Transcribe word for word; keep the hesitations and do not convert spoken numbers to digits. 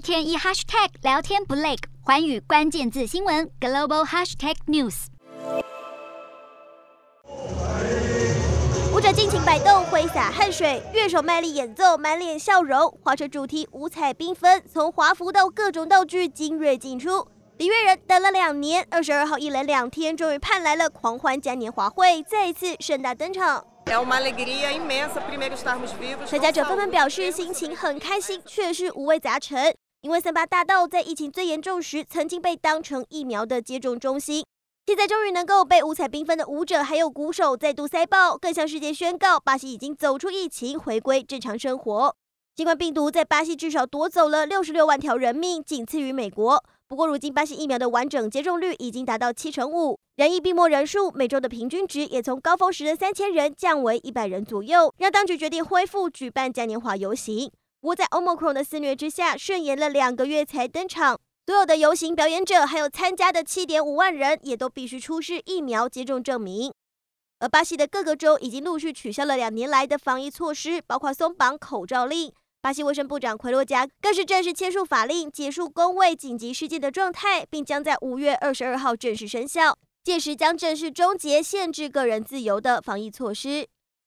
天一 hashtag 聊天不累，寰宇关键字新闻 global hashtag news。 舞者尽情摆动，挥洒汗水；乐手卖力演奏，满脸笑容。花车主题五彩缤纷，从华服到各种道具精锐尽出。里约人等了两年，二十二号一连两天，终于盼来了狂欢嘉年华会，再一次盛大登场。 É uma alegria imensa, primeiro estarmos vivos. 参加者纷纷表示心情很开心，却是五味杂陈。因为森巴大道在疫情最严重时，曾经被当成疫苗的接种中心。现在终于能够被五彩缤纷的舞者还有鼓手再度塞爆，更向世界宣告巴西已经走出疫情，回归正常生活。新冠病毒在巴西至少夺走了六十六万条人命，仅次于美国。不过，如今巴西疫苗的完整接种率已经达到七成五，染疫病末人数每周的平均值也从高峰时的三千人降为一百人左右，让当局决定恢复举办嘉年华游行。不过，在 Omicron 的肆虐之下，顺延了两个月才登场。所有的游行表演者还有参加的 七点五万人，也都必须出示疫苗接种证明。而巴西的各个州已经陆续取消了两年来的防疫措施，包括松绑口罩令。巴西卫生部长奎洛加更是正式签署法令，结束公卫紧急事件的状态，并将在五月二十二号正式生效。届时将正式终结限制个人自由的防疫措施。